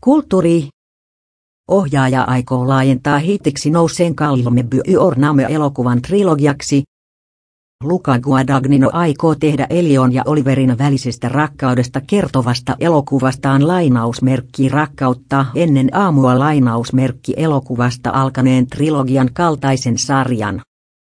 Kulttuuri. Ohjaaja aikoo laajentaa hitiksi nouseen Calme Byorname-elokuvan trilogiaksi. Luca Guadagnino aikoo tehdä Elion ja Oliverin välisestä rakkaudesta kertovasta elokuvastaan rakkautta ennen aamua elokuvasta alkaneen trilogian kaltaisen sarjan.